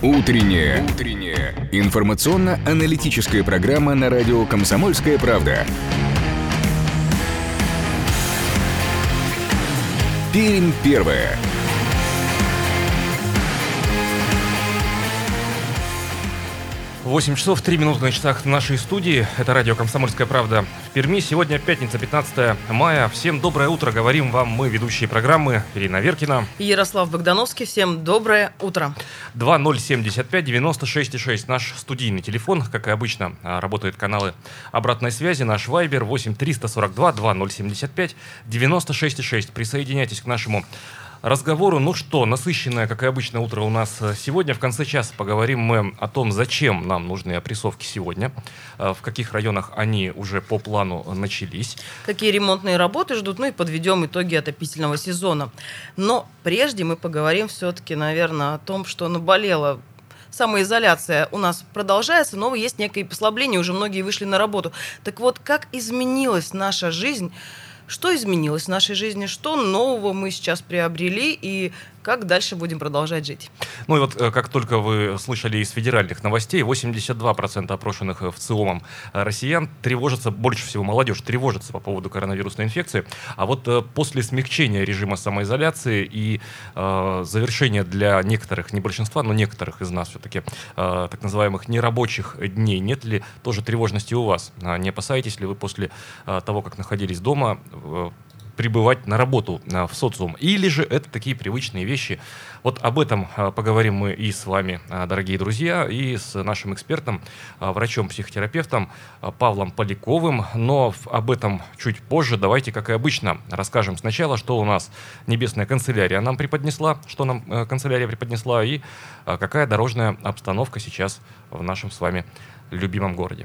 Утренняя информационно-аналитическая программа на радио «Комсомольская правда». Пермь первая. 8 часов 3 минуты на часах нашей студии. Это радио «Комсомольская правда» в Перми. Сегодня пятница, 15 мая. Всем доброе утро. Говорим вам мы, ведущие программы Ирина Веркина и Ярослав Богдановский. Всем доброе утро. 2075-96-6. Наш студийный телефон. Как и обычно, работают каналы обратной связи. Наш Вайбер 8-342-2075-96-6. Присоединяйтесь к нашему разговору. Ну что, насыщенное, как и обычно, утро у нас сегодня. В конце часа поговорим мы о том, зачем нам нужны опрессовки сегодня, в каких районах они уже по плану начались. Какие ремонтные работы ждут, ну и подведем итоги отопительного сезона. Но прежде мы поговорим все-таки, наверное, о том, что наболело. Самоизоляция у нас продолжается, но есть некое послабление, уже многие вышли на работу. Так вот, как изменилась наша жизнь? Что изменилось в нашей жизни, что нового мы сейчас приобрели и как дальше будем продолжать жить? Ну и вот, как только вы слышали из федеральных новостей, 82% опрошенных ВЦИОМом россиян тревожатся, больше всего молодежь тревожится по поводу коронавирусной инфекции. А вот после смягчения режима самоизоляции и завершения для некоторых, не большинства, но некоторых из нас все-таки, так называемых нерабочих дней, нет ли тоже тревожности у вас? Не опасаетесь ли вы после того, как находились дома, прибывать на работу в социум? Или же это такие привычные вещи? Вот об этом поговорим мы и с вами, дорогие друзья, и с нашим экспертом, врачом-психотерапевтом Павлом Поляковым. Но об этом чуть позже. Давайте, как и обычно, расскажем сначала, что у нас Небесная канцелярия нам преподнесла, что нам канцелярия преподнесла, и какая дорожная обстановка сейчас в нашем с вами любимом городе.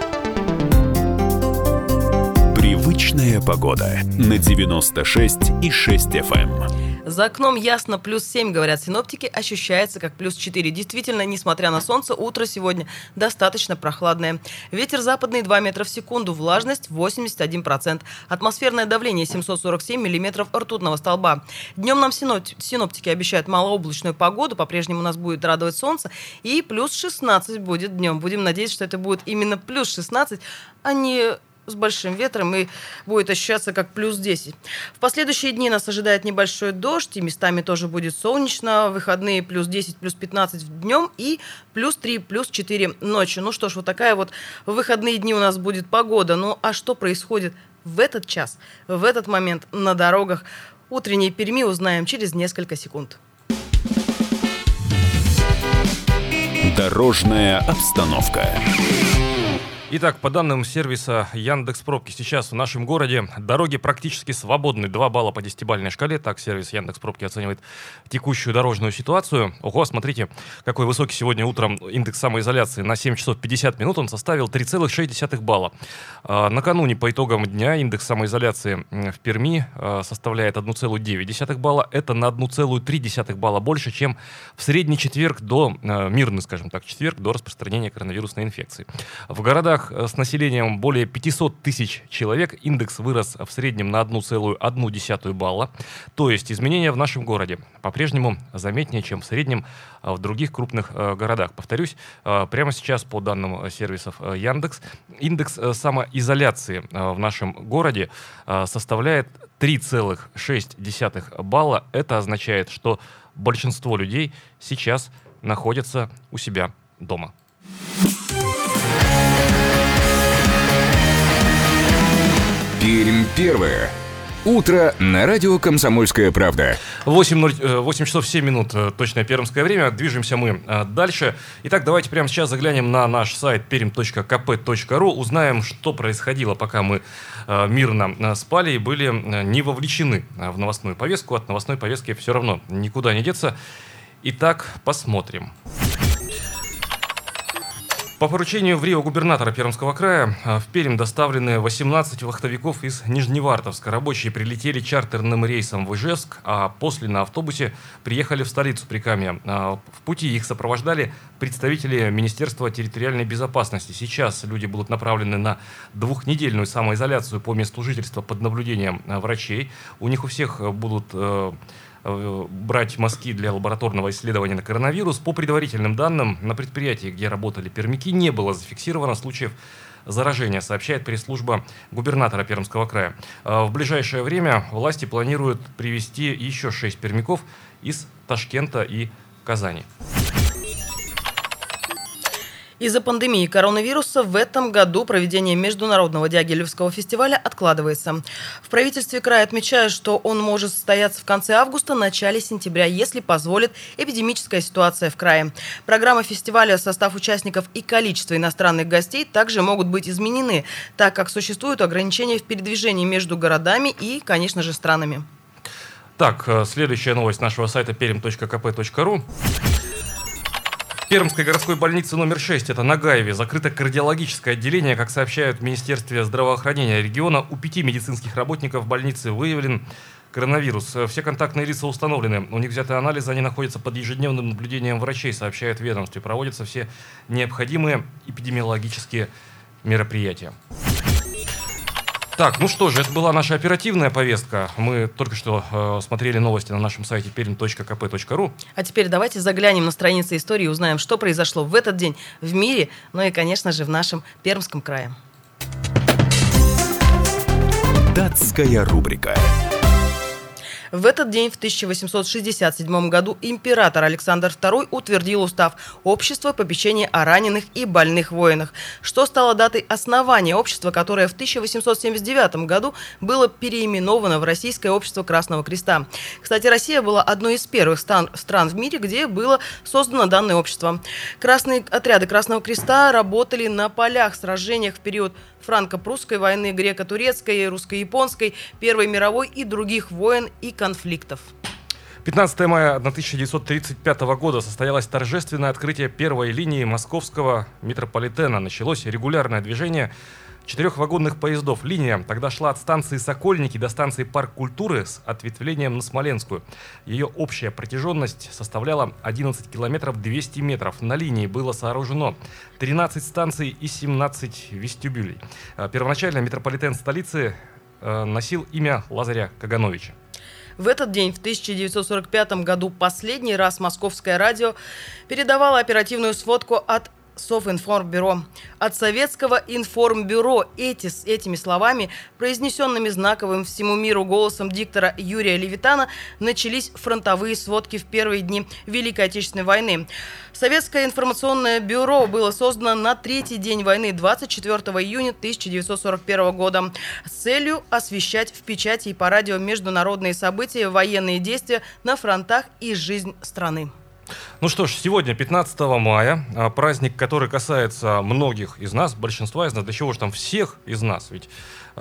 Привычная погода на 96,6 FM. За окном ясно, плюс 7, говорят синоптики, ощущается как плюс 4. Действительно, несмотря на солнце, утро сегодня достаточно прохладное. Ветер западный 2 метра в секунду, влажность 81%. Атмосферное давление 747 миллиметров ртутного столба. Днем нам синоптики обещают малооблачную погоду, по-прежнему нас будет радовать солнце, и плюс 16 будет днем. Будем надеяться, что это будет именно плюс 16, а не с большим ветром, и будет ощущаться как плюс 10. В последующие дни нас ожидает небольшой дождь, и местами тоже будет солнечно. В выходные плюс 10, плюс 15 днем и плюс 3, плюс 4 ночью. Ну что ж, вот такая вот в выходные дни у нас будет погода. Ну а что происходит в этот час, в этот момент на дорогах утренней Перми, узнаем через несколько секунд. Дорожная обстановка. Итак, по данным сервиса Яндекс.Пробки, сейчас в нашем городе дороги практически свободны. 2 балла по 10-бальной шкале. Так сервис Яндекс.Пробки оценивает текущую дорожную ситуацию. Ого, смотрите, какой высокий сегодня утром индекс самоизоляции. На 7 часов 50 минут он составил 3,6 балла. Накануне по итогам дня индекс самоизоляции в Перми составляет 1,9 балла. Это на 1,3 балла больше, чем в средний четверг мирный, скажем так, четверг до распространения коронавирусной инфекции. В городах с населением более 500 тысяч человек индекс вырос в среднем на 1,1 балла. То есть изменения в нашем городе по-прежнему заметнее, чем в среднем в других крупных городах. Повторюсь, прямо сейчас по данным сервисов Яндекс, индекс самоизоляции в нашем городе составляет 3,6 балла. Это означает, что большинство людей сейчас находятся у себя дома. Пермь первая. Утро на радио «Комсомольская правда». 8 часов 7 минут, точное пермское время. Движемся мы дальше. Итак, давайте прямо сейчас заглянем на наш сайт perm.kp.ru. Узнаем, что происходило, пока мы мирно спали и были не вовлечены в новостную повестку. От новостной повестки все равно никуда не деться. Итак, посмотрим. По поручению в Рио губернатора Пермского края в Пермь доставлены 18 вахтовиков из Нижневартовска. Рабочие прилетели чартерным рейсом в Ижевск, а после на автобусе приехали в столицу Прикамья. В пути их сопровождали представители Министерства территориальной безопасности. Сейчас люди будут направлены на 2-недельную самоизоляцию по месту жительства под наблюдением врачей. У них у всех будут брать мазки для лабораторного исследования на коронавирус. По предварительным данным, на предприятии, где работали пермяки, не было зафиксировано случаев заражения, сообщает пресс-служба губернатора Пермского края. В ближайшее время власти планируют привезти еще 6 пермяков из Ташкента и Казани. Из-за пандемии коронавируса в этом году проведение Международного Дягилевского фестиваля откладывается. В правительстве края отмечают, что он может состояться в конце августа, начале сентября, если позволит эпидемическая ситуация в крае. Программа фестиваля, состав участников и количество иностранных гостей также могут быть изменены, так как существуют ограничения в передвижении между городами и, конечно же, странами. Так, следующая новость нашего сайта perm.kp.ru. В Пермской городской больнице номер 6, это на Гаеве, закрыто кардиологическое отделение. Как сообщают в Министерстве здравоохранения региона, у 5 медицинских работников больницы выявлен коронавирус. Все контактные лица установлены. У них взяты анализы, они находятся под ежедневным наблюдением врачей, сообщают в ведомстве. Проводятся все необходимые эпидемиологические мероприятия. Так, ну что же, это была наша оперативная повестка. Мы только что смотрели новости на нашем сайте perm.kp.ru. А теперь давайте заглянем на страницы истории и узнаем, что произошло в этот день в мире, ну и, конечно же, в нашем Пермском крае. Датская рубрика. В этот день, в 1867 году, император Александр II утвердил устав Общества попечения о раненых и больных воинах, что стало датой основания общества, которое в 1879 году было переименовано в Российское общество Красного Креста. Кстати, Россия была одной из первых стран в мире, где было создано данное общество. Красные отряды Красного Креста работали на полях, сражениях в период франко-прусской войны, греко-турецкой, русско-японской, Первой мировой и других войн и конфликтов. 15 мая 1935 года состоялось торжественное открытие первой линии московского метрополитена. Началось регулярное движение 4 вагонных поездов. Линия тогда шла от станции Сокольники до станции Парк культуры с ответвлением на Смоленскую. Ее общая протяженность составляла 11 километров 200 метров. На линии было сооружено 13 станций и 17 вестибюлей. Первоначально метрополитен столицы носил имя Лазаря Кагановича. В этот день, в 1945 году, последний раз Московское радио передавало оперативную сводку от Совинформбюро. От Советского информбюро этими словами, произнесенными знаковым всему миру голосом диктора Юрия Левитана, начались фронтовые сводки в первые дни Великой Отечественной войны. Советское информационное бюро было создано на третий день войны, 24 июня 1941 года, с целью освещать в печати и по радио международные события, военные действия на фронтах и жизнь страны. Ну что ж, сегодня 15 мая, праздник, который касается многих из нас, большинства из нас, да чего же там всех из нас, ведь,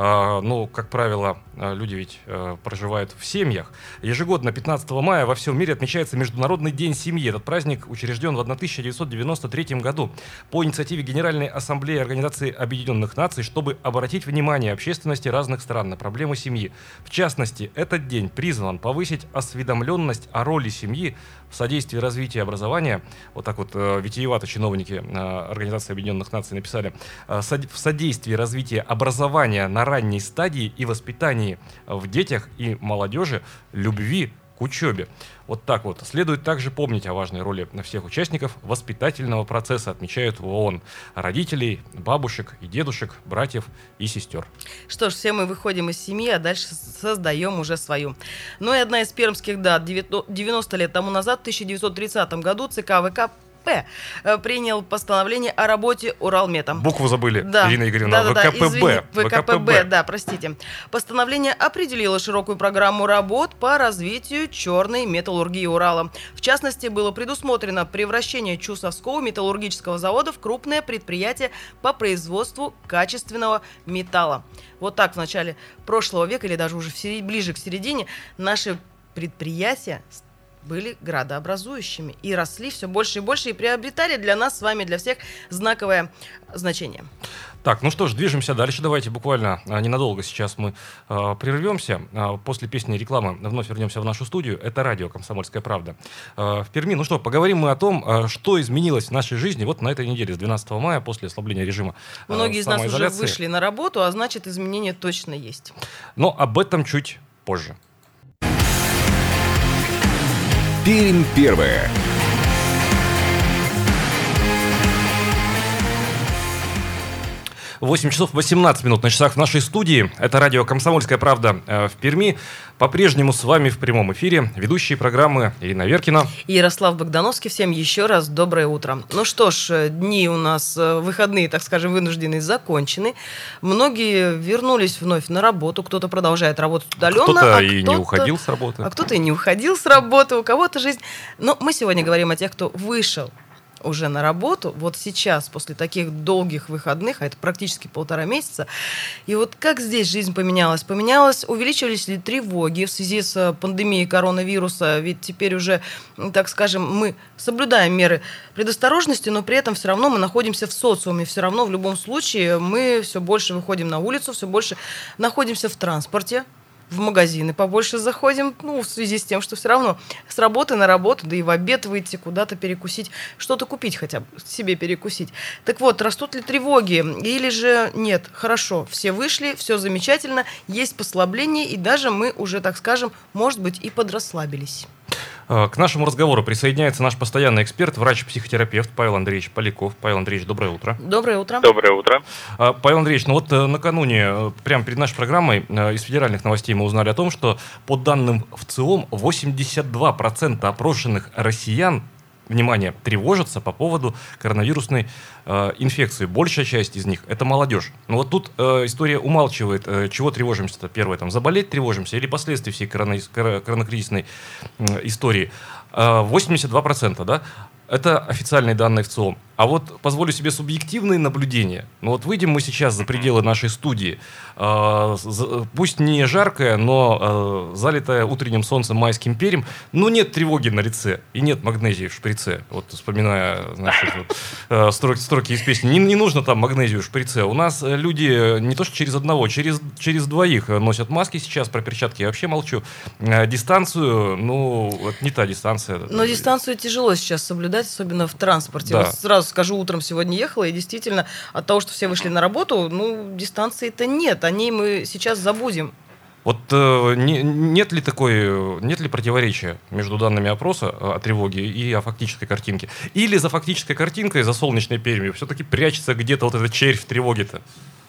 как правило, люди ведь проживают в семьях. Ежегодно 15 мая во всем мире отмечается Международный день семьи. Этот праздник учрежден в 1993 году по инициативе Генеральной Ассамблеи Организации Объединенных Наций, чтобы обратить внимание общественности разных стран на проблемы семьи. В частности, этот день призван повысить осведомленность о роли семьи в содействии развитию образования. Вот так вот витиевато чиновники Организации Объединенных Наций написали. В содействии развития образования на ранней стадии и воспитании в детях и молодежи любви к учебе. Вот так вот. Следует также помнить о важной роли всех участников воспитательного процесса, отмечают в ООН: родителей, бабушек и дедушек, братьев и сестер. Что ж, все мы выходим из семьи, а дальше создаем уже свою. Ну и одна из пермских дат. 90 лет тому назад, в 1930 году, ЦК ВКП принял постановление о работе Уралметом. Букву забыли, да. Ирина Игоревна. Да, ВКПБ. извини, ВКПБ, да, простите. Постановление определило широкую программу работ по развитию черной металлургии Урала. В частности, было предусмотрено превращение Чусовского металлургического завода в крупное предприятие по производству качественного металла. Вот так в начале прошлого века, или даже уже ближе к середине, наши предприятия были градообразующими и росли все больше и больше, и приобретали для нас с вами, для всех, знаковое значение. Так, ну что ж, движемся дальше. Давайте буквально ненадолго сейчас мы прервемся. После песни и рекламы вновь вернемся в нашу студию. Это радио «Комсомольская правда» в Перми. Ну что, поговорим мы о том, что изменилось в нашей жизни вот на этой неделе, с 12 мая, после ослабления режима Многие из нас уже вышли на работу, а значит, изменения точно есть. Но об этом чуть позже. Пермь первая. 8 часов 18 минут на часах в нашей студии. Это радио «Комсомольская правда» в Перми. По-прежнему с вами в прямом эфире ведущие программы Ирина Веркина и Ярослав Богдановский. Всем еще раз доброе утро. Ну что ж, дни у нас выходные, так скажем, вынужденные, закончены. Многие вернулись вновь на работу. Кто-то продолжает работать удаленно. Кто-то и не уходил с работы. А кто-то и не уходил с работы. У кого-то жизнь. Но мы сегодня говорим о тех, кто вышел уже на работу, вот сейчас, после таких долгих выходных, а это практически 1,5 месяца, и вот как здесь жизнь поменялась? Увеличились ли тревоги в связи с пандемией коронавируса? Ведь теперь уже, так скажем, мы соблюдаем меры предосторожности, но при этом все равно мы находимся в социуме, все равно в любом случае мы все больше выходим на улицу, все больше находимся в транспорте, в магазины побольше заходим, в связи с тем, что все равно с работы на работу, да и в обед выйти, куда-то перекусить, что-то купить хотя бы, себе перекусить. Так вот, растут ли тревоги или же нет? Хорошо, все вышли, все замечательно, есть послабление, и даже мы уже, так скажем, может быть, и подрасслабились. К нашему разговору присоединяется наш постоянный эксперт, врач-психотерапевт Павел Андреевич Поляков. Павел Андреевич, доброе утро. Доброе утро. Доброе утро. Павел Андреевич, накануне, прямо перед нашей программой, из федеральных новостей мы узнали о том, что по данным ВЦИОМ 82% опрошенных россиян, внимание, тревожатся по поводу коронавирусной инфекции. Большая часть из них – это молодежь. Но вот тут история умалчивает, чего тревожимся-то. Первое, заболеть тревожимся или последствия всей коронакризисной истории. 82%, да? Это официальные данные ВЦИОМ. А вот позволю себе субъективные наблюдения. Выйдем мы сейчас за пределы нашей студии. Пусть не жаркая, но залитая утренним солнцем майским перьем. Нет тревоги на лице и нет магнезии в шприце. Вспоминая, строки из песни. Не нужно там магнезию в шприце. У нас люди не то что через одного, через двоих носят маски сейчас. Про перчатки я вообще молчу. Дистанцию, это не та дистанция. Но дистанцию тяжело сейчас соблюдать, особенно в транспорте. Да. Сразу скажу, утром сегодня ехала, и действительно от того, что все вышли на работу, дистанции-то нет, о ней мы сейчас забудем. Нет ли противоречия между данными опроса о тревоге и о фактической картинке? Или за фактической картинкой, за солнечной Пермью все-таки прячется где-то этот червь тревоги-то?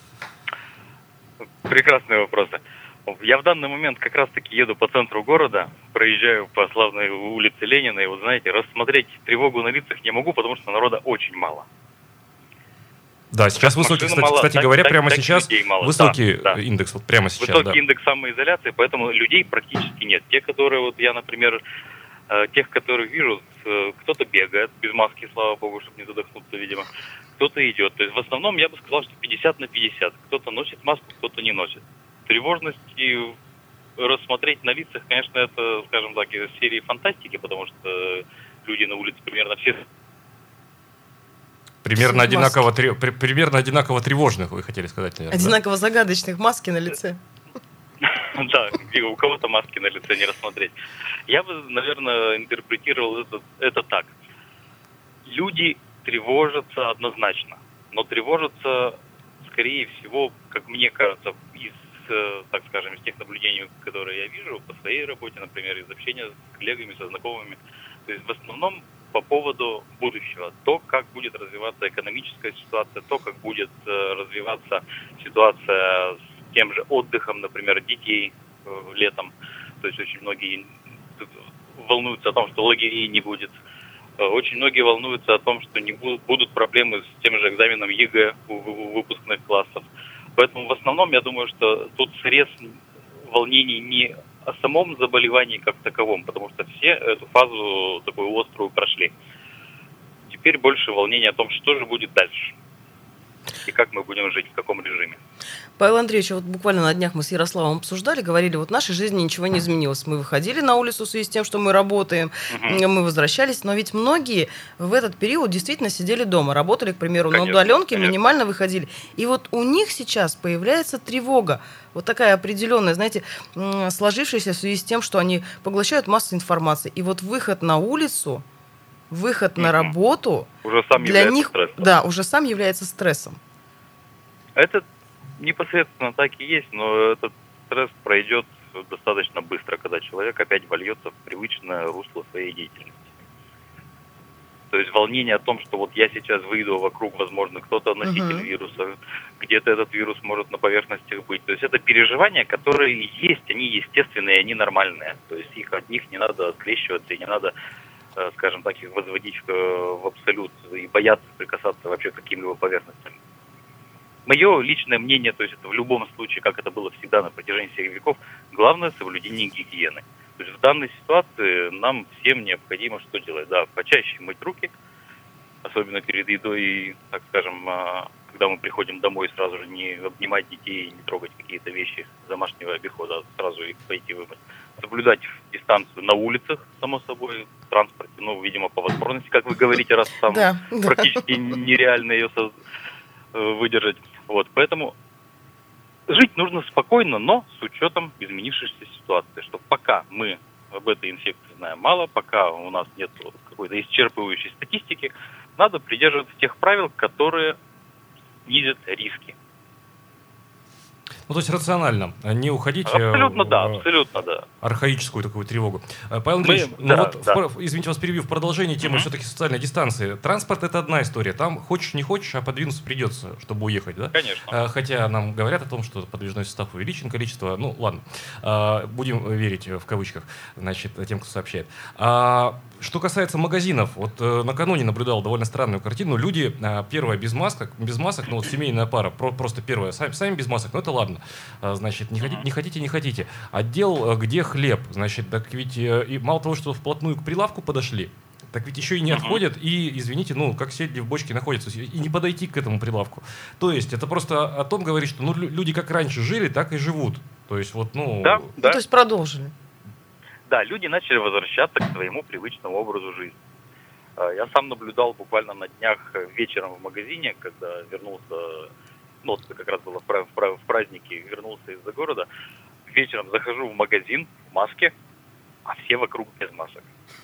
Прекрасные вопросы. Я в данный момент как раз-таки еду по центру города, проезжаю по славной улице Ленина, и рассмотреть тревогу на лицах не могу, потому что народа очень мало. Да, сейчас высокий, кстати говоря, прямо сейчас высокий индекс, прямо сейчас. Высокий индекс самоизоляции, поэтому людей практически нет. Те, которые, я, например, тех, которых вижу, кто-то бегает без маски, слава богу, чтобы не задохнуться, видимо, кто-то идет. То есть в основном я бы сказал, что 50/50. Кто-то носит маску, кто-то не носит. Тревожности рассмотреть на лицах, конечно, это, скажем так, из серии фантастики, потому что люди на улице примерно все... Примерно одинаково тревожных, вы хотели сказать, наверное. Одинаково загадочных, маски на лице. Да, у кого-то маски на лице не рассмотреть. Я бы, наверное, интерпретировал это так. Люди тревожатся однозначно, но тревожатся, скорее всего, как мне кажется, из тех наблюдений, которые я вижу по своей работе, например, из общения с коллегами, со знакомыми. То есть в основном по поводу будущего. То, как будет развиваться экономическая ситуация, то, как будет развиваться ситуация с тем же отдыхом, например, детей летом. То есть очень многие волнуются о том, что лагерей не будет. Очень многие волнуются о том, что не будут проблемы с тем же экзаменом ЕГЭ у выпускных классов. Поэтому в основном я думаю, что тут срез волнений не о самом заболевании как таковом, потому что все эту фазу такую острую прошли. Теперь больше волнения о том, что же будет дальше и как мы будем жить, в каком режиме. Павел Андреевич, буквально на днях мы с Ярославом обсуждали, говорили, в нашей жизни ничего не изменилось. Мы выходили на улицу в связи с тем, что мы работаем, мы возвращались, но ведь многие в этот период действительно сидели дома, работали, к примеру, на удаленке, минимально выходили. И у них сейчас появляется тревога, такая определенная, знаете, сложившаяся в связи с тем, что они поглощают массу информации. И выход на улицу, выход на работу уже сам для них, стрессом. Да, уже сам является стрессом. Это непосредственно так и есть, но этот стресс пройдет достаточно быстро, когда человек опять вольется в привычное русло своей деятельности. То есть волнение о том, что вот я сейчас выйду вокруг, возможно, кто-то носитель вируса, где-то этот вирус может на поверхностях быть. То есть это переживания, которые есть, они естественные, они нормальные. То есть от них не надо открещиваться и не надо, скажем так, их возводить в абсолют и бояться прикасаться вообще к каким-либо поверхностям. Мое личное мнение, то есть это в любом случае, как это было всегда на протяжении всех веков, главное соблюдение гигиены. То есть в данной ситуации нам всем необходимо что делать? Да, почаще мыть руки, особенно перед едой, так скажем, когда мы приходим домой, сразу же не обнимать детей, не трогать какие-то вещи домашнего обихода, а сразу их пойти вымыть. Соблюдать дистанцию на улицах, само собой, в транспорте, видимо, по возможности, как вы говорите, раз там практически нереально ее выдержать. Вот, поэтому жить нужно спокойно, но с учетом изменившейся ситуации, что пока мы об этой инфекции знаем мало, пока у нас нет какой-то исчерпывающей статистики, надо придерживаться тех правил, которые снизят риски. Ну, то есть рационально, не уходить абсолютно да. Архаическую такую тревогу. Павел Андреевич, извините, вас перебью, в продолжении темы все-таки социальной дистанции. Транспорт — это одна история. Там хочешь не хочешь, а подвинуться придется, чтобы уехать, да? Конечно. Хотя нам говорят о том, что подвижной состав увеличен, количество. Ну, ладно. Будем верить в кавычках, значит, тем, кто сообщает. Что касается магазинов, вот накануне наблюдал довольно странную картину. Люди, первая без масок, семейная пара, просто первая, сами без масок, это ладно. Значит, не хотите. Отдел, где хлеб, значит, так ведь и мало того, что вплотную к прилавку подошли, так ведь еще и не отходят, и, извините, как седли в бочке находятся, и не подойти к этому прилавку. То есть это просто о том говорит, что люди как раньше жили, так и живут. То есть Да. То есть продолжили. Да, люди начали возвращаться к своему привычному образу жизни. Я сам наблюдал буквально на днях вечером в магазине, когда вернулся, это как раз было в празднике, вернулся из-за города. Вечером захожу в магазин в маске, а все вокруг без масок.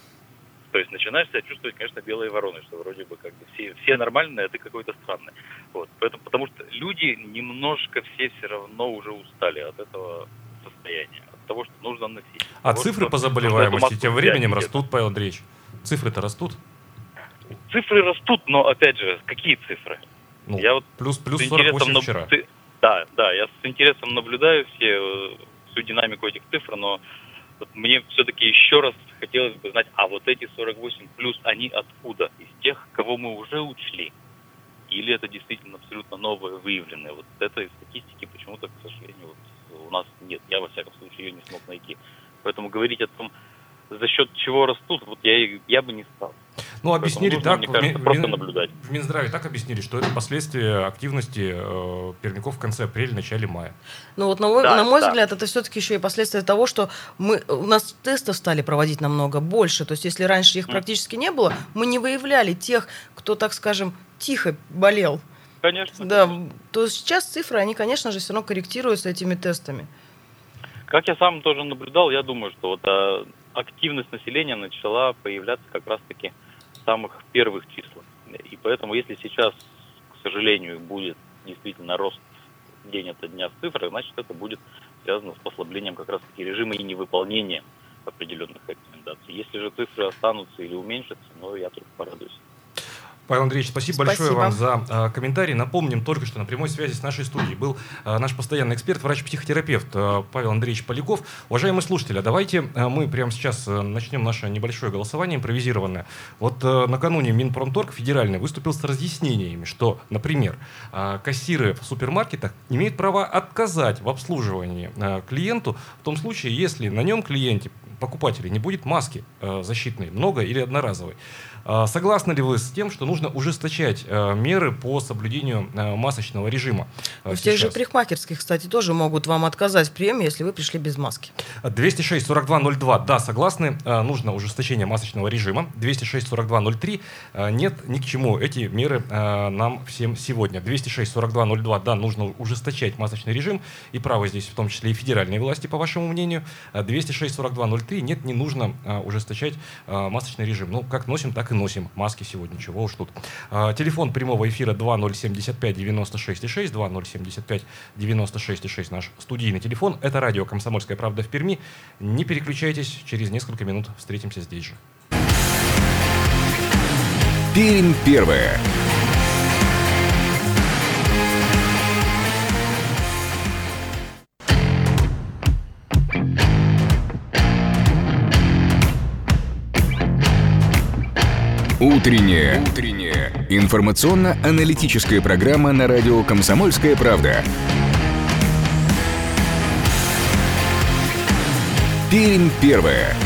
То есть начинаешь себя чувствовать, конечно, белой вороной, что вроде бы все нормальные, а ты какой-то странный. Вот. Потому что люди немножко все равно уже устали от этого состояния, от того, что нужно носить. Цифры по заболеваемости тем временем растут, Павел Андреевич? Цифры-то растут? Цифры растут, но, опять же, какие цифры? Я плюс 48 вчера. Да, я с интересом наблюдаю всю динамику этих цифр, но мне все-таки еще раз хотелось бы знать, а вот эти 48 плюс, они откуда? Из тех, кого мы уже учли? Или это действительно абсолютно новые, выявленные? Вот этой статистики почему-то, к сожалению, у нас нет. Я, во всяком случае, ее не смог найти. Поэтому говорить о том, за счет чего растут, я бы не стал. Объяснили нужно, так, мне кажется, просто наблюдать. В Минздраве так объяснили, что это последствия активности пермяков в конце апреля, начале мая. На мой взгляд, это все-таки еще и последствия того, что у нас тестов стали проводить намного больше. То есть, если раньше их практически не было, мы не выявляли тех, кто, так скажем, тихо болел. Конечно. Да, то сейчас цифры, они, конечно же, все равно корректируются этими тестами. Как я сам тоже наблюдал, я думаю, что активность населения начала появляться как раз-таки в самых первых числах. И поэтому, если сейчас, к сожалению, будет действительно рост день ото дня в цифрах, значит, это будет связано с послаблением как раз-таки режима и невыполнением определенных рекомендаций. Если же цифры останутся или уменьшатся, я только порадуюсь. Павел Андреевич, спасибо большое вам за комментарий. Напомним только, что на прямой связи с нашей студией был наш постоянный эксперт, врач-психотерапевт Павел Андреевич Поляков. Уважаемые слушатели, давайте мы прямо сейчас начнем наше небольшое голосование импровизированное. Накануне Минпромторг федеральный выступил с разъяснениями, что, например, кассиры в супермаркетах имеют право отказать в обслуживании клиенту в том случае, если на нем клиенте, покупателя, не будет маски защитной, много или одноразовой. Согласны ли вы с тем, что нужно ужесточать меры по соблюдению масочного режима? В тех же парикмахерских, кстати, тоже могут вам отказать в приеме, если вы пришли без маски. 206-42-02. Да, согласны. Нужно ужесточение масочного режима. 206-42-03. Нет, ни к чему. Эти меры нам всем сегодня. 206-42-02. Да, нужно ужесточать масочный режим. И право здесь в том числе и федеральные власти, по вашему мнению. 206-42-03. Нет, не нужно ужесточать масочный режим. Как носим, так и и носим маски сегодня, чего уж тут. Телефон прямого эфира 2075-96-6, 2075-96-6, наш студийный телефон. Это радио «Комсомольская правда» в Перми. Не переключайтесь, через несколько минут встретимся здесь же. Пермь первая. Утренняя информационно-аналитическая программа на радио «Комсомольская правда». Пермь первая.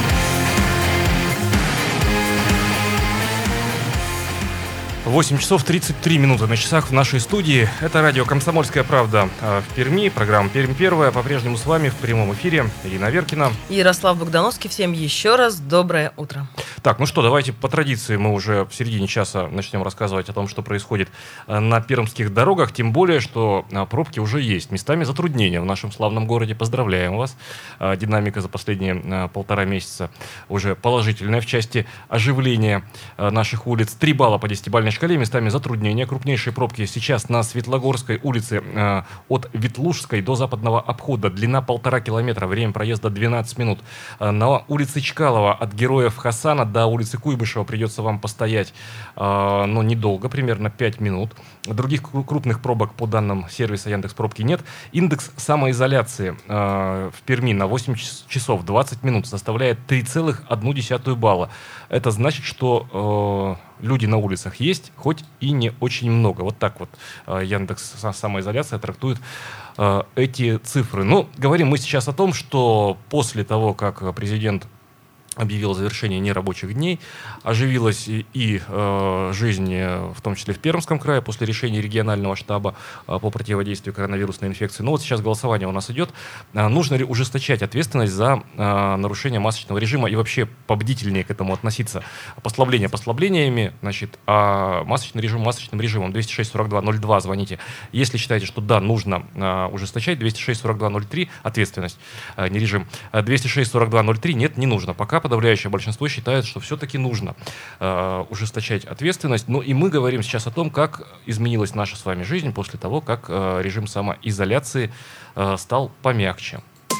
8 часов 33 минуты на часах в нашей студии. Это радио «Комсомольская правда» в Перми. Программа «Пермь первая». По-прежнему с вами в прямом эфире Ирина Веркина. И Ярослав Богдановский. Всем еще раз доброе утро. Так, ну что, давайте по традиции мы уже в середине часа начнем рассказывать о том, что происходит на пермских дорогах. Тем более, что пробки уже есть. Местами затруднения в нашем славном городе. Поздравляем вас. Динамика за последние 1,5 месяца уже положительная в части оживления наших улиц. 3 балла по 10-бальной шкале, местами затруднения. Крупнейшие пробки сейчас на Светлогорской улице от Ветлужской до Западного обхода. Длина 1,5 километра, время проезда 12 минут. На улице Чкалова от Героев Хасана до улицы Куйбышева придется вам постоять, но недолго, примерно 5 минут. Других крупных пробок по данным сервиса Яндекс.Пробки нет. Индекс самоизоляции в Перми на 8 часов 20 минут составляет 3,1 балла. Это значит, что люди на улицах есть, хоть и не очень много. Вот так вот Яндекс самоизоляция трактует эти цифры. Ну, говорим мы сейчас о том, что после того, как президент объявил завершение нерабочих дней, оживилась и жизнь, в том числе в Пермском крае, после решения регионального штаба по противодействию коронавирусной инфекции. Но вот сейчас голосование у нас идет. Нужно ли ужесточать ответственность за нарушение масочного режима и вообще побдительнее к этому относиться? Послабление послаблениями, значит, а масочный режим масочным режимом. 206-42-02 звоните. Если считаете, что да, нужно ужесточать, 206-42-03 ответственность, не режим. 206-42-03 нет, не нужно. Пока подавляющее большинство считает, что все-таки нужно ужесточать ответственность. Ну и мы говорим сейчас о том, как изменилась наша с вами жизнь после того, как режим самоизоляции стал помягче.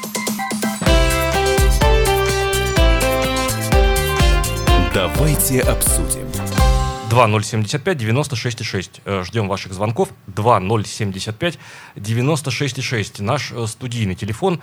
Давайте обсудим. 2075-96-6. Ждем ваших звонков. 2075-96-6. Наш студийный телефон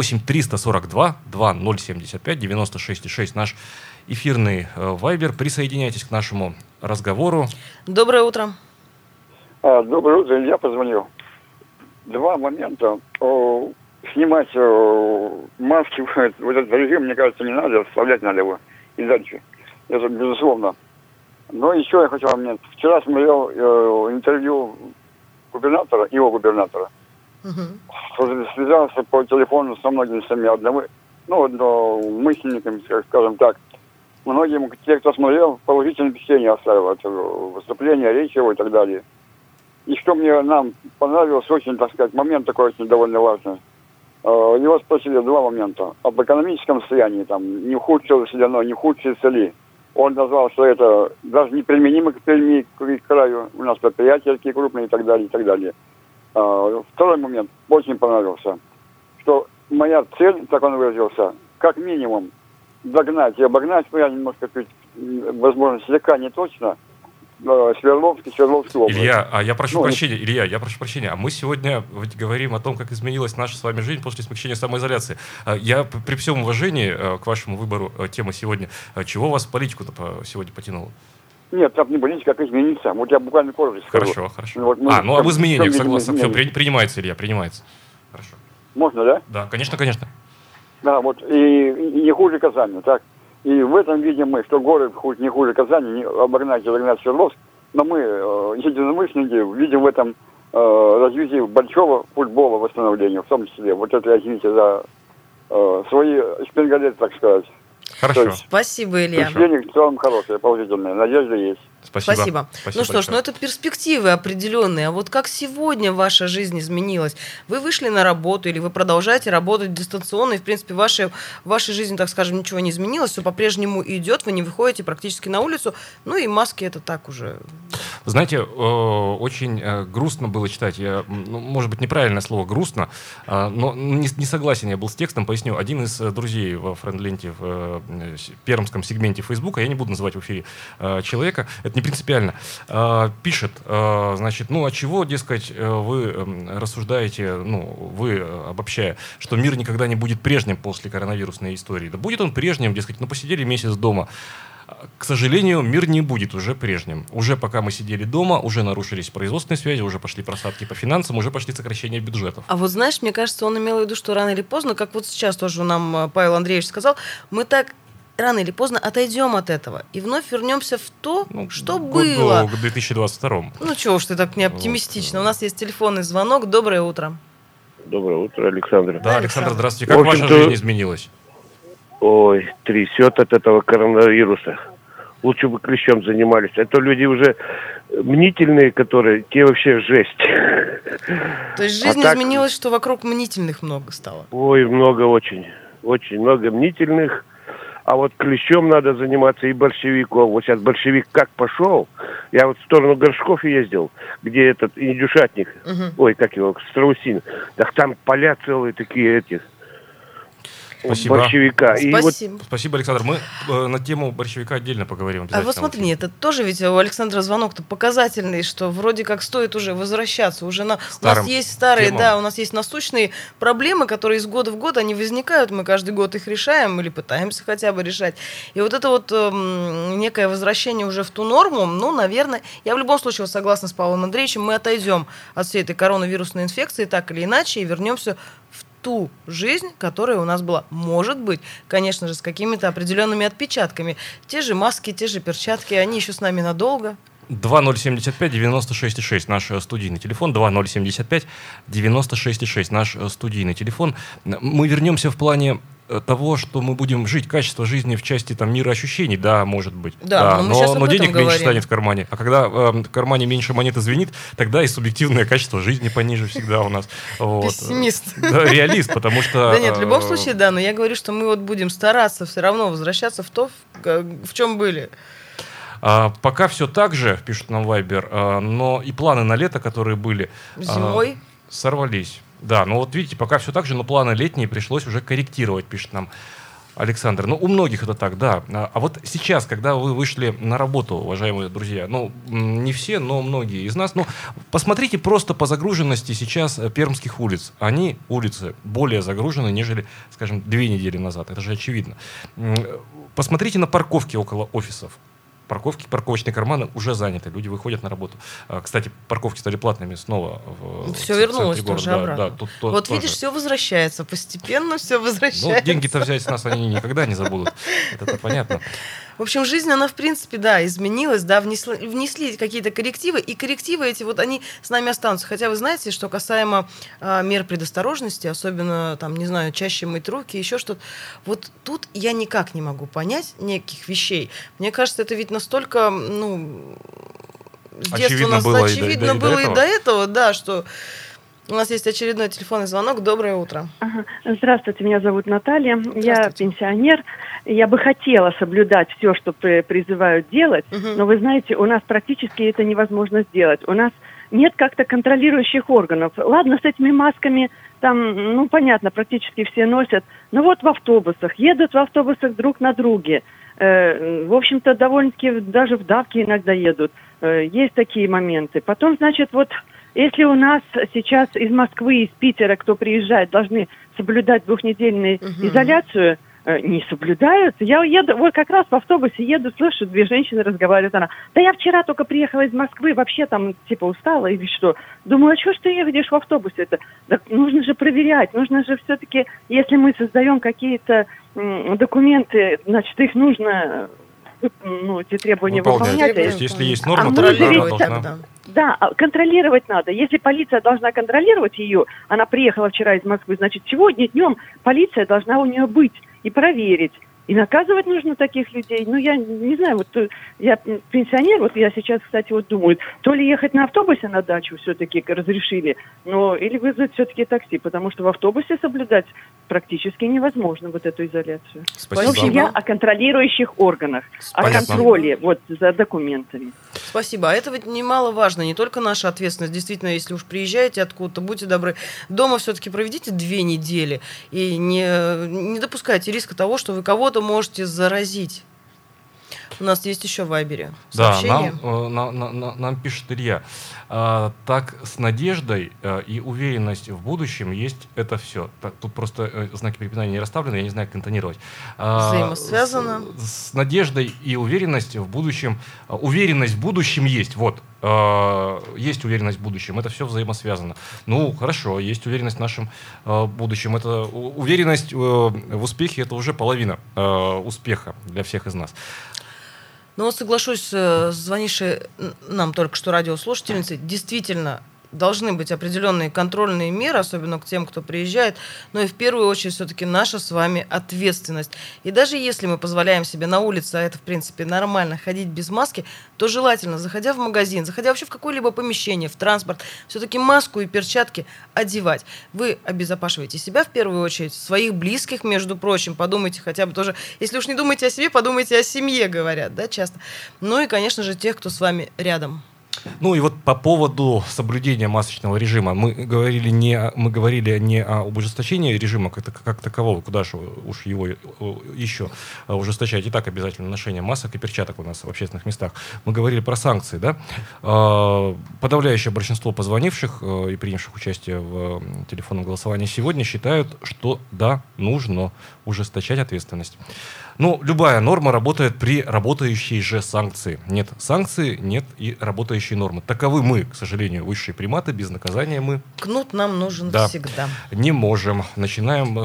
8-342-2075-96-6. Наш эфирный вайбер. Присоединяйтесь к нашему разговору. Доброе утро. Доброе утро. Я позвонил. 2 момента. Снимать маски, вот этот режим, мне кажется, не надо. Оставлять надо его. И дальше. Это безусловно. Но еще я хочу вам... Вчера смотрел интервью его губернатора. Связался по телефону со многими мысленниками, скажем так. Многим, те, кто смотрел, положительное впечатление оставил от выступления, речи его и так далее. И что нам понравилось, очень, так сказать, момент такой очень довольно важный. Его спросили 2 момента. Об экономическом состоянии, там, не ухудшилось ли оно, не ухудшится ли. Он назвал, что это даже неприменимо к Перми, к краю. У нас предприятия такие крупные и так далее, и так далее. Второй момент очень понравился. Что моя цель, так он выразился, как минимум догнать и обогнать, я немножко, возможно, слегка не точно, Свердловскую область. Илья, я прошу прощения, а мы сегодня говорим о том, как изменилась наша с вами жизнь после смягчения самоизоляции. Я при всем уважении к вашему выбору темы сегодня, чего вас в политику-то сегодня потянуло? Нет, там не политика, как измениться. Вот я буквально коротко скажу. Хорошо. Вот об изменениях, согласен. Все, принимается, Илья, принимается. Хорошо. Можно, да? Да, конечно. Да, вот, и не хуже Казани, так? И в этом видим мы, что город не хуже Казани, обогнать и догнать Свердловск, но мы, единомышленники, видим в этом развитии большого футбола восстановления, в том числе. Вот это, извините, за свои шпингалеты, так сказать. Хорошо. Спасибо, Илья. Впечатление в целом хорошее, положительное. Надежда есть. Спасибо. Ну что ж, большое. это перспективы определенные. А вот как сегодня ваша жизнь изменилась? Вы вышли на работу или вы продолжаете работать дистанционно, и, в принципе, в вашей жизни, так скажем, ничего не изменилось, все по-прежнему идет, вы не выходите практически на улицу, ну и маски это так уже. Знаете, очень грустно было читать. Может быть, неправильное слово «грустно», но не согласен я был с текстом. Поясню. Один из друзей во френд-ленте в пермском сегменте Фейсбука, я не буду называть в эфире человека, это не принципиально, пишет, значит, а чего, дескать, вы рассуждаете, вы обобщая, что мир никогда не будет прежним после коронавирусной истории. Да будет он прежним, дескать, посидели месяц дома. К сожалению, мир не будет уже прежним. Уже пока мы сидели дома, уже нарушились производственные связи, уже пошли просадки по финансам, уже пошли сокращения бюджетов. А вот знаешь, мне кажется, он имел в виду, что рано или поздно, как вот сейчас тоже нам Павел Андреевич сказал, мы так рано или поздно отойдем от этого и вновь вернемся в то, что было. К 2022. Чего уж ты так не оптимистично. У нас есть телефонный звонок. Доброе утро. Доброе утро, Александр. Да, Александр, здравствуйте. Как ваша жизнь изменилась? Ой, трясет от этого коронавируса. Лучше бы клещом занимались. А то люди уже мнительные, которые, те вообще жесть. То есть жизнь изменилась, что вокруг мнительных много стало? Ой, много очень. Очень много мнительных. А вот клещом надо заниматься и борщевиком. Вот сейчас борщевик как пошел. Я вот в сторону Горшков ездил, где этот индюшатник. Ой, как его, страусин. Так там поля целые такие эти. Спасибо. Борщевика. Спасибо. Спасибо, Александр. Мы на тему борщевика отдельно поговорим. А вот смотри, это тоже ведь у Александра звонок-то показательный, что вроде как стоит уже возвращаться. Уже у нас есть старые, у нас есть насущные проблемы, которые из года в год они возникают. Мы каждый год их решаем или пытаемся хотя бы решать. И вот это вот некое возвращение уже в ту норму, наверное, я в любом случае согласна с Павлом Андреевичем, мы отойдем от всей этой коронавирусной инфекции так или иначе и вернемся в ту жизнь, которая у нас была. Может быть, конечно же, с какими-то определенными отпечатками. Те же маски, те же перчатки, они еще с нами надолго. 2075-96-6 наш студийный телефон. 2075-96-6 наш студийный телефон. Мы вернемся в плане того, что мы будем жить, качество жизни в части мира ощущений, да, может быть. Да, но денег меньше станет в кармане. А когда в кармане меньше монеты звенит, тогда и субъективное качество жизни пониже всегда у нас. Пессимист. Да, реалист, потому что... Да нет, в любом случае, да, но я говорю, что мы будем стараться все равно возвращаться в то, в чем были. Пока все так же, пишут нам Вайбер, но и планы на лето, которые были... Зимой? Сорвались. Да, видите, пока все так же, но планы летние пришлось уже корректировать, пишет нам Александр. У многих это так, да. А вот сейчас, когда вы вышли на работу, уважаемые друзья, не все, но многие из нас, посмотрите просто по загруженности сейчас пермских улиц. Улицы, более загружены, нежели, скажем, 2 недели назад. Это же очевидно. Посмотрите на парковки около офисов. Парковочные карманы уже заняты, люди выходят на работу. Кстати, парковки стали платными снова. Все вернулось тоже обратно. Да, видишь, все возвращается, постепенно все возвращается. Деньги-то взять с нас они никогда не забудут, это понятно. В общем, жизнь, она, в принципе, да, изменилась, да, внесли какие-то коррективы, и коррективы эти, они с нами останутся. Хотя вы знаете, что касаемо мер предосторожности, особенно, чаще мыть руки, еще что-то, вот тут я никак не могу понять неких вещей. Мне кажется, это ведь настолько, с детства у нас очевидно было и до этого, да, что... У нас есть очередной телефонный звонок. Доброе утро. Здравствуйте, меня зовут Наталья. Я пенсионер. Я бы хотела соблюдать все, что призывают делать, но вы знаете, у нас практически это невозможно сделать. У нас нет как-то контролирующих органов. Ладно, с этими масками там, понятно, практически все носят. Но вот в автобусах, едут в автобусах друг на друге. В общем-то, довольно-таки даже в давке иногда едут. Есть такие моменты. Потом, значит, если у нас сейчас из Москвы, из Питера, кто приезжает, должны соблюдать 2-недельную изоляцию, не соблюдают. Я еду, как раз в автобусе еду, слышу, 2 женщины разговаривают. Она: да я вчера только приехала из Москвы, вообще там устала или что. Думаю, а что ж ты едешь в автобусе-то? Да нужно же проверять, нужно же все-таки, если мы создаем какие-то документы, значит, их нужно... эти требования выполнять. То есть, если есть норма, то она должна... Да, контролировать надо. Если полиция должна контролировать ее, она приехала вчера из Москвы, значит, сегодня днем полиция должна у нее быть и проверить. И наказывать нужно таких людей. Ну, я не знаю, вот я пенсионер, вот я сейчас, кстати, вот думаю, то ли ехать на автобусе на дачу все-таки разрешили, или вызвать все-таки такси, потому что в автобусе соблюдать практически невозможно вот эту изоляцию. Спасибо. В общем, я о контролирующих органах, Понятно. о контроле вот за документами. Спасибо. А это ведь немаловажно, не только наша ответственность. Действительно, если уж приезжаете откуда-то, будьте добры, дома все-таки проведите 2 недели и не допускайте риска того, что вы кого-то можете заразить. У нас есть еще в Вайбере сообщение. Да, нам пишет Илья. Так, с надеждой и уверенность в будущем есть это все. Тут просто знаки препинания не расставлены, я не знаю, как интонировать. Взаимосвязано. С надеждой и уверенность в будущем. Уверенность в будущем есть. Вот. Есть уверенность в будущем. Это все взаимосвязано. Ну, хорошо, есть уверенность в нашем будущем. Это уверенность в успехе, это уже половина успеха для всех из нас. Но вот соглашусь с звонившей нам только что радиослушательницей, действительно должны быть определенные контрольные меры, особенно к тем, кто приезжает, но и в первую очередь все-таки наша с вами ответственность. И даже если мы позволяем себе на улице, а это в принципе нормально, ходить без маски, то желательно, заходя в магазин, заходя вообще в какое-либо помещение, в транспорт, все-таки маску и перчатки одевать. Вы обезопасиваете себя в первую очередь, своих близких, между прочим, подумайте хотя бы тоже, если уж не думаете о себе, подумайте о семье, говорят, да, часто. Ну и, конечно же, тех, кто с вами рядом. Ну и вот по поводу соблюдения масочного режима. Мы говорили не об ужесточении режима как такового, куда же уж его еще ужесточать. И так обязательно ношение масок и перчаток у нас в общественных местах. Мы говорили про санкции, да? Подавляющее большинство позвонивших и принявших участие в телефонном голосовании сегодня считают, что да, нужно ужесточать ответственность. Ну, любая норма работает при работающей же санкции. Нет санкции, нет и работающей нормы. Таковы мы, к сожалению, высшие приматы, без наказания мы... Кнут нам нужен всегда. Не можем. Начинаем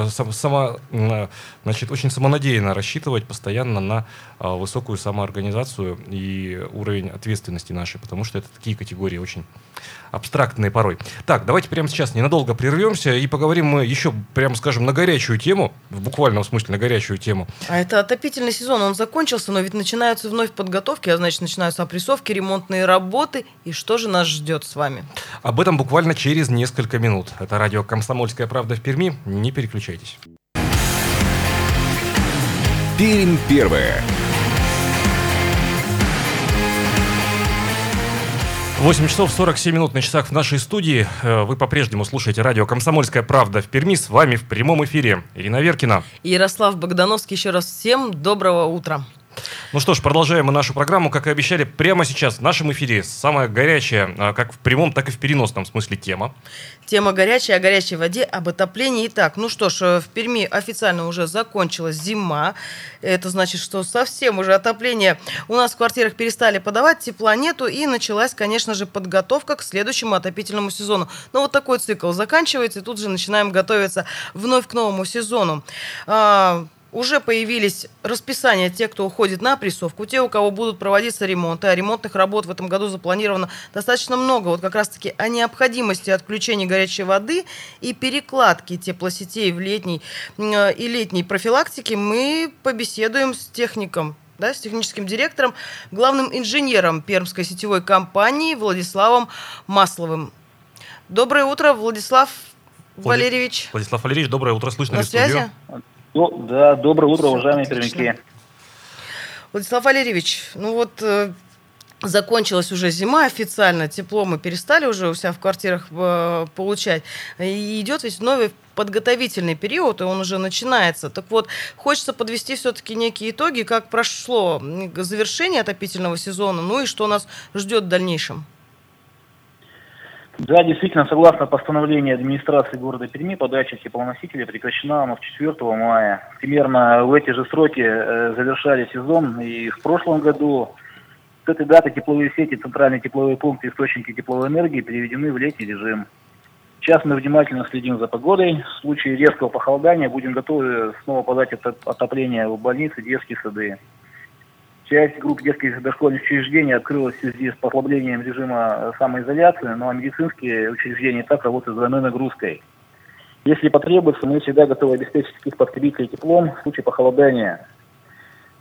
очень самонадеянно рассчитывать постоянно на высокую самоорганизацию и уровень ответственности нашей, потому что это такие категории очень абстрактные порой. Так, давайте прямо сейчас ненадолго прервемся и поговорим мы еще, прямо скажем, на горячую тему, в буквальном смысле на горячую тему. А это отопительный сезон, он закончился, но ведь начинаются вновь подготовки, а значит начинаются опрессовки, ремонтные работы. И что же нас ждет с вами? Об этом буквально через несколько минут. Это радио «Комсомольская правда» в Перми. Не переключайтесь. Пермь первая. 8 часов 47 минут на часах в нашей студии. Вы по-прежнему слушаете радио «Комсомольская правда» в Перми. С вами в прямом эфире Ирина Веркина. И Ярослав Богдановский. Еще раз всем доброго утра. Ну что ж, продолжаем мы нашу программу. Как и обещали, прямо сейчас в нашем эфире самая горячая, как в прямом, так и в переносном смысле тема. Тема горячая, о горячей воде, об отоплении. Итак, ну что ж, в Перми официально уже закончилась зима. Это значит, что совсем уже отопление у нас в квартирах перестали подавать, тепла нету, и началась, конечно же, подготовка к следующему отопительному сезону. Но вот такой цикл заканчивается, и тут же начинаем готовиться вновь к новому сезону. Уже появились расписания тех, кто уходит на опрессовку, те, у кого будут проводиться ремонты. А ремонтных работ в этом году запланировано достаточно много. Вот как раз-таки о необходимости отключения горячей воды и перекладки теплосетей в летней и летней профилактике мы побеседуем с техником, с техническим директором, главным инженером Пермской сетевой компании Владиславом Масловым. Доброе утро, Владислав Валерьевич. Владислав Валерьевич, доброе утро. Слышно ли связи? студию? Да, доброе утро, уважаемые пермяки. Владислав Валерьевич, ну вот закончилась уже зима официально, тепло мы перестали уже у себя в квартирах получать. И идет ведь новый подготовительный период, и он уже начинается. Так вот, хочется подвести все-таки некие итоги, как прошло завершение отопительного сезона, ну и что нас ждет в дальнейшем. Да, действительно, согласно постановлению администрации города Перми, подача теплоносителей прекращена с 4 мая. Примерно в эти же сроки завершали сезон, и в прошлом году с этой даты тепловые сети, центральные тепловые пункты, источники тепловой энергии переведены в летний режим. Сейчас мы внимательно следим за погодой. В случае резкого похолодания будем готовы снова подать отопление в больницы, детские сады. Часть групп детских дошкольных учреждений открылась в связи с послаблением режима самоизоляции, но медицинские учреждения так работают с двойной нагрузкой. Если потребуется, мы всегда готовы обеспечить таких потребителей теплом в случае похолодания.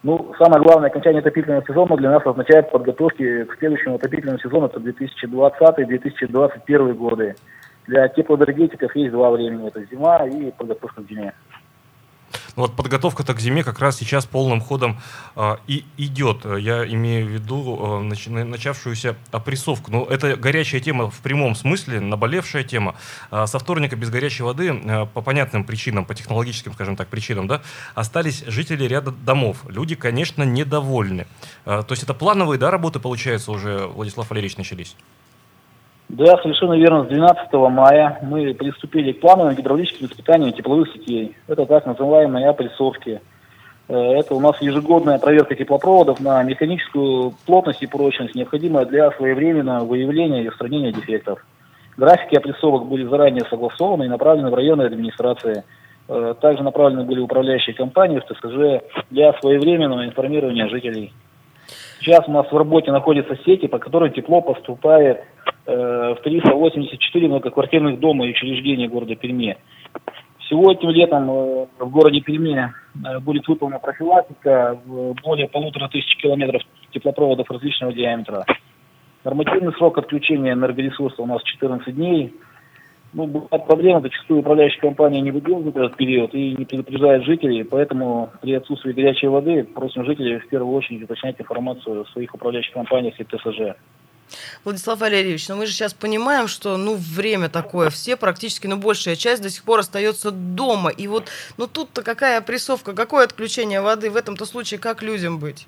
Ну, самое главное, окончание отопительного сезона для нас означает подготовки к следующему отопительному сезону, это 2020-2021 годы. Для теплоэнергетиков есть два времени, это зима и подготовка к зиме. Ну вот подготовка-то к зиме как раз сейчас полным ходом и идет. Я имею в виду начавшуюся опрессовку. Ну, это горячая тема в прямом смысле, наболевшая тема. Со вторника без горячей воды по понятным причинам, по технологическим, скажем так, причинам, да, остались жители ряда домов. Люди, конечно, недовольны. То есть это плановые, да, работы, получается, уже, Владислав Валерьевич, начались? Да, совершенно верно. С 12 мая мы приступили к плановым гидравлическим испытаниям тепловых сетей. Это так называемые опрессовки. Это у нас ежегодная проверка теплопроводов на механическую плотность и прочность, необходимая для своевременного выявления и устранения дефектов. Графики опрессовок были заранее согласованы и направлены в районные администрации. Также направлены были управляющие компании в ТСЖ для своевременного информирования жителей. Сейчас у нас в работе находятся сети, по которым тепло поступает в 384 многоквартирных дома и учреждения города Перми. Всего этим летом в городе Перми будет выполнена профилактика в более 1500 километров теплопроводов различного диаметра. Нормативный срок отключения энергоресурса у нас 14 дней. Ну, бывают проблемы, зачастую управляющие компании не выделывают этот период и не предупреждают жителей, поэтому при отсутствии горячей воды просим жителей в первую очередь уточнять информацию в своих управляющих компаниях и ТСЖ. Владислав Валерьевич, мы же сейчас понимаем, что время такое, все практически, большая часть до сих пор остается дома. И тут-то какая опрессовка, какое отключение воды, в этом-то случае как людям быть?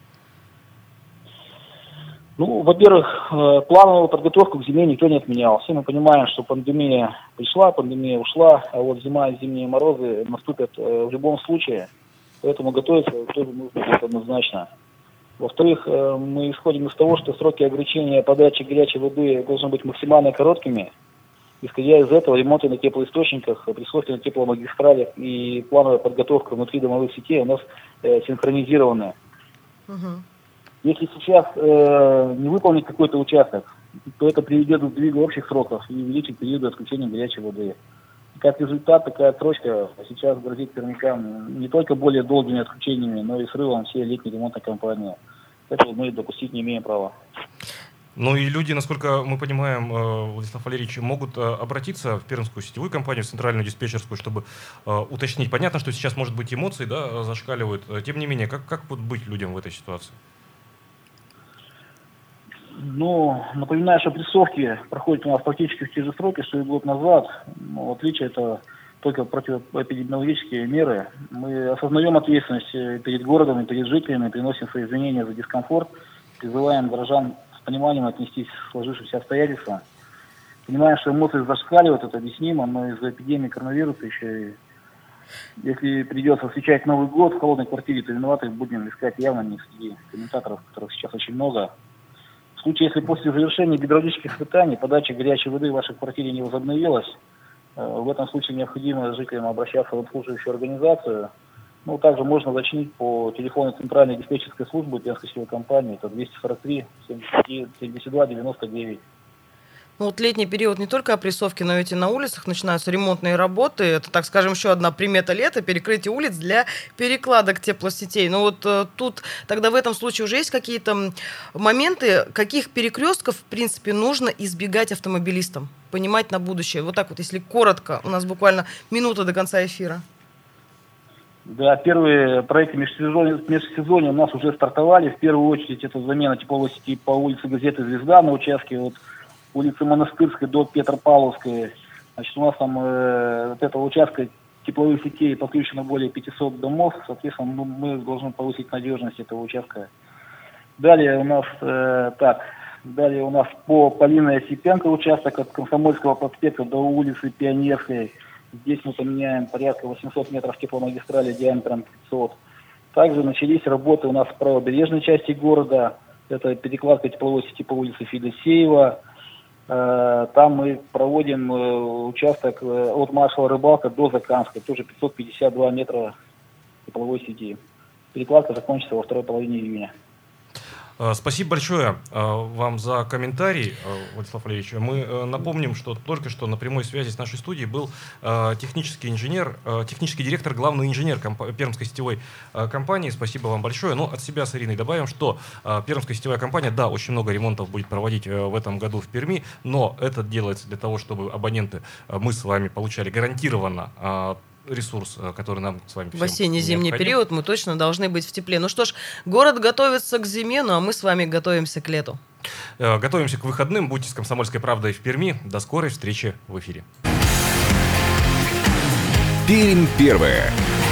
Ну, во-первых, плановую подготовку к зиме никто не отменял. Все мы понимаем, что пандемия пришла, пандемия ушла, а вот зима и зимние морозы наступят в любом случае, поэтому готовиться тоже нужно будет однозначно. Во-вторых, мы исходим из того, что сроки ограничения подачи горячей воды должны быть максимально короткими. Исходя из этого, ремонты на теплоисточниках, опрессовки на тепломагистралях и плановая подготовка внутри домовых сетей у нас синхронизированы. Если сейчас не выполнить какой-то участок, то это приведет к сдвигу общих сроков и увеличит периоды отключения горячей воды. И как результат, такая отсрочка сейчас грозит пермякам не только более долгими отключениями, но и срывом всей летней ремонтной кампании. Этого мы допустить не имеем права. Ну и люди, насколько мы понимаем, Владислав Валерьевич, могут обратиться в Пермскую сетевую компанию, в центральную диспетчерскую, чтобы уточнить. Понятно, что сейчас, может быть, эмоции, да, зашкаливают. Тем не менее, как быть людям в этой ситуации? Ну, напоминаю, что опрессовки проходят у нас практически в те же сроки, что и год назад. Но отличие это только противоэпидемиологические меры. Мы осознаем ответственность перед городом и перед жителями, приносим свои извинения за дискомфорт, призываем горожан с пониманием отнестись к сложившимся обстоятельствам. Понимаем, что эмоции зашкаливают, это объяснимо, но из-за эпидемии коронавируса еще и если придется встречать Новый год в холодной квартире, то виноватых будем искать явно не среди комментаторов, которых сейчас очень много. В случае, если после завершения гидравлических испытаний подача горячей воды в вашей квартире не возобновилась, в этом случае необходимо жителям обращаться в обслуживающую организацию. Ну, также можно уточнить по телефону Центральной диспетчерской службы Пермской сетевой компании, это 243 72 99. Ну, летний период не только опрессовки, но ведь и на улицах начинаются ремонтные работы. Это, так скажем, еще одна примета лета — перекрытие улиц для перекладок теплосетей. Но тут тогда в этом случае уже есть какие-то моменты, каких перекрестков, в принципе, нужно избегать автомобилистам, понимать на будущее. Вот так вот, если коротко, у нас буквально минута до конца эфира. Да, первые проекты межсезонья у нас уже стартовали. В первую очередь это замена тепловой сети по улице Газеты «Звезда» на участке от улицы Монастырской до Петропавловской. Значит, у нас там от этого участка тепловых сетей подключено более 500 домов. Соответственно, мы должны повысить надежность этого участка. Далее у нас по Полиной Осипенко участок от Комсомольского проспекта до улицы Пионерской. Здесь мы поменяем порядка 800 метров тепломагистрали диаметром 500. Также начались работы у нас в правобережной части города. Это перекладка тепловой сети по улице Федосеева. Там мы проводим участок от маршала Рыбалка до Закамской, тоже 552 метра тепловой сети. Перекладка закончится во второй половине июня. Спасибо большое вам за комментарий, Владислав Валерьевич. Мы напомним, что только что на прямой связи с нашей студией был технический директор, главный инженер Пермской сетевой компании. Спасибо вам большое. Но от себя с Ириной добавим, что Пермская сетевая компания, да, очень много ремонтов будет проводить в этом году в Перми, но это делается для того, чтобы абоненты, мы с вами получали гарантированно ресурс, который нам с вами в осенне-зимний период мы точно должны быть в тепле. Ну что ж, город готовится к зиме, ну а мы с вами готовимся к лету. Готовимся к выходным. Будьте с «Комсомольской правдой» в Перми. До скорой встречи в эфире. Пермь первая.